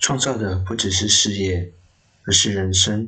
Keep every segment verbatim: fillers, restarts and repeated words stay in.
创造的不只是事业，而是人生。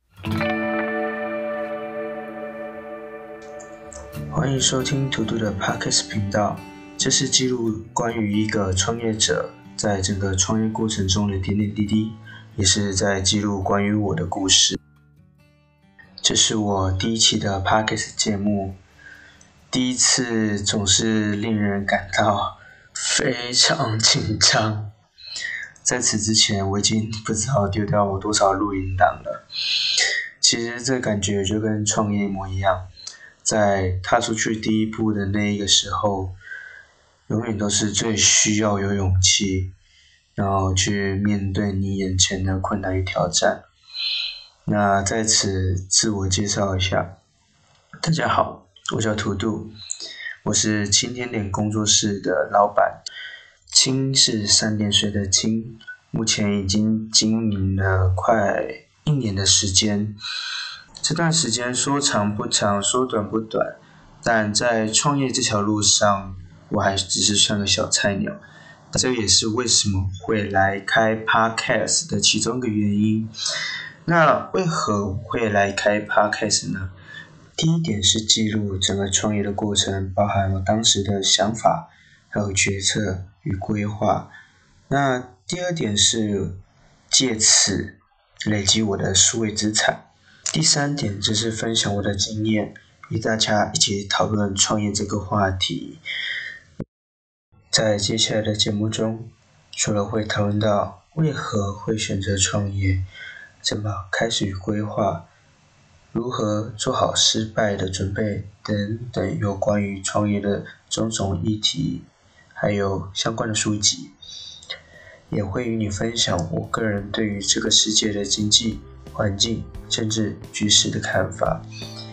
欢迎收听图图的 Podcast 频道，这是记录关于一个创业者在整个创业过程中的点点滴滴，也是在记录关于我的故事。这是我第一期的 Podcast 节目，第一次总是令人感到非常紧张。在此之前，我已经不知道丢掉我多少录音档了。其实这感觉就跟创业一模一样，在踏出去第一步的那一个时候，永远都是最需要有勇气，然后去面对你眼前的困难与挑战。那在此自我介绍一下，大家好，我叫图图，我是青天点工作室的老板。青是三点水的青，目前已经经营了快一年的时间。这段时间说长不长，说短不短，但在创业这条路上，我还只是算个小菜鸟。这也是为什么会来开 Podcast 的其中一个原因。那为何会来开 Podcast 呢？第一点是记录整个创业的过程，包含我当时的想法，还有决策与规划。那第二点是借此累积我的数位资产。第三点就是分享我的经验，与大家一起讨论创业这个话题。在接下来的节目中，除了会讨论到为何会选择创业，怎么开始与规划，如何做好失败的准备等等有关于创业的种种议题，还有相关的书籍，也会与你分享我个人对于这个世界的经济、环境、政治局势的看法。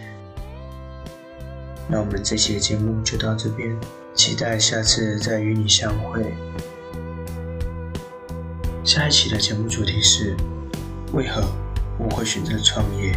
那我们这期的节目就到这边，期待下次再与你相会。下一期的节目主题是为何我会选择创业。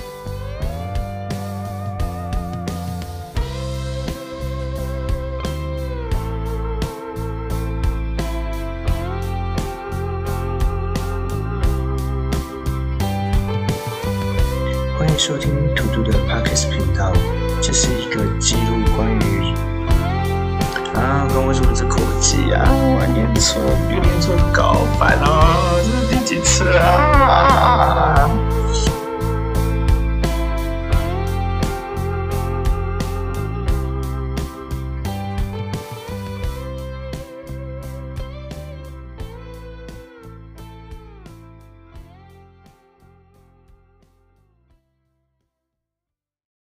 欢迎收听图图的 Podcast 频道，这是一个记录关于啊，刚为什么这口技啊？我念错，又念错，搞烦哦！这是第几次啊？